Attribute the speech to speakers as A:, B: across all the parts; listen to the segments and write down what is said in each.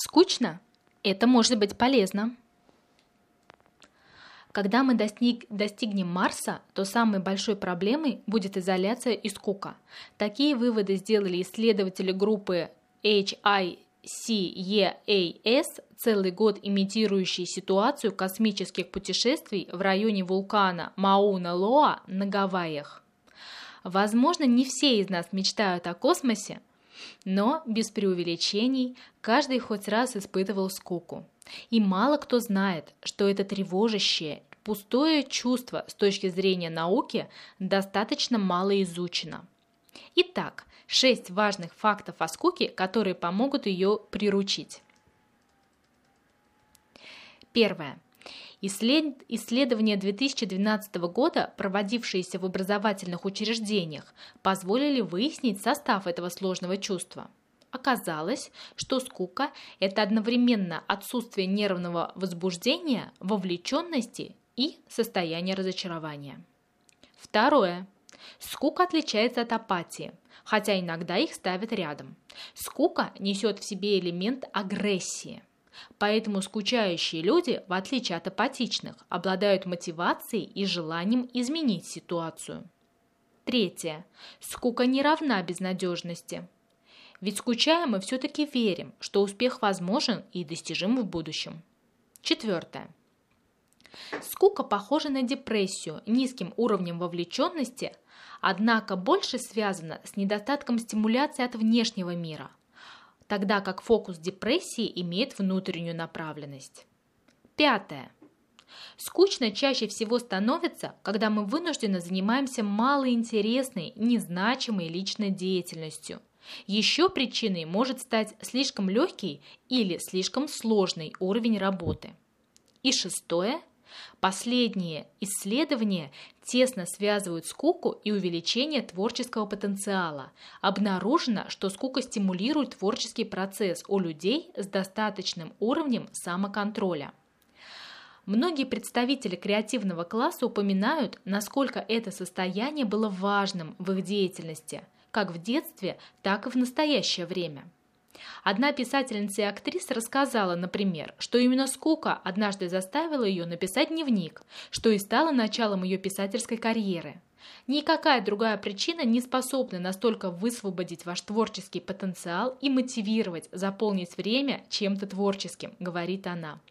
A: Скучно? Это может быть полезно. Когда мы достигнем Марса, то самой большой проблемой будет изоляция и скука. Такие выводы сделали исследователи группы HICEAS, целый год имитирующие ситуацию космических путешествий в районе вулкана Мауна-Лоа на Гавайях. Возможно, не все из нас мечтают о космосе, но без преувеличений каждый хоть раз испытывал скуку. И мало кто знает, что это тревожащее, пустое чувство с точки зрения науки достаточно мало изучено. Итак, 6 важных фактов о скуке, которые помогут ее приручить. Первое. Исследования 2012 года, проводившиеся в образовательных учреждениях, позволили выяснить состав этого сложного чувства. Оказалось, что скука – это одновременно отсутствие нервного возбуждения, вовлеченности и состояние разочарования. Второе. Скука отличается от апатии, хотя иногда их ставят рядом. Скука несет в себе элемент агрессии. Поэтому скучающие люди, в отличие от апатичных, обладают мотивацией и желанием изменить ситуацию. Третье. Скука не равна безнадежности. Ведь скучая мы все-таки верим, что успех возможен и достижим в будущем. Четвертое. Скука похожа на депрессию низким уровнем вовлеченности, однако больше связана с недостатком стимуляции от внешнего мира, тогда как фокус депрессии имеет внутреннюю направленность. Пятое. Скучно чаще всего становится, когда мы вынужденно занимаемся малоинтересной, незначимой личной деятельностью. Еще причиной может стать слишком легкий или слишком сложный уровень работы. И шестое. Последние исследования тесно связывают скуку и увеличение творческого потенциала. Обнаружено, что скука стимулирует творческий процесс у людей с достаточным уровнем самоконтроля. Многие представители креативного класса упоминают, насколько это состояние было важным в их деятельности, как в детстве, так и в настоящее время. Одна писательница и актриса рассказала, например, что именно скука однажды заставила ее написать дневник, что и стало началом ее писательской карьеры. Никакая другая причина не способна настолько высвободить ваш творческий потенциал и мотивировать заполнить время чем-то творческим, говорит она.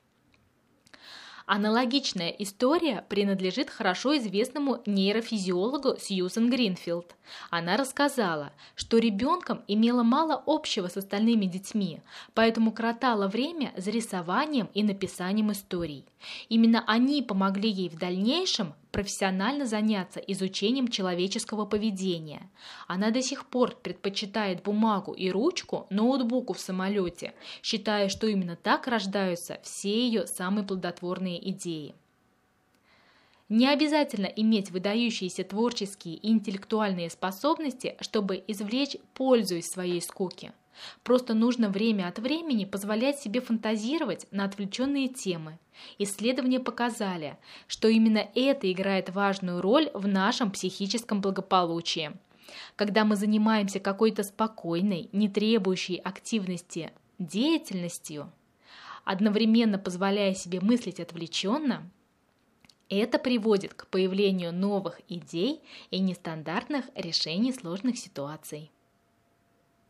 A: Аналогичная история принадлежит хорошо известному нейрофизиологу Сьюзен Гринфилд. Она рассказала, что ребенком имела мало общего с остальными детьми, поэтому коротала время за рисованием и написанием историй. Именно они помогли ей в дальнейшем профессионально заняться изучением человеческого поведения. Она до сих пор предпочитает бумагу и ручку ноутбуку в самолете, считая, что именно так рождаются все ее самые плодотворные идеи. Не обязательно иметь выдающиеся творческие и интеллектуальные способности, чтобы извлечь пользу из своей скуки. Просто нужно время от времени позволять себе фантазировать на отвлеченные темы. Исследования показали, что именно это играет важную роль в нашем психическом благополучии. Когда мы занимаемся какой-то спокойной, не требующей активности деятельностью, одновременно позволяя себе мыслить отвлеченно, это приводит к появлению новых идей и нестандартных решений сложных ситуаций.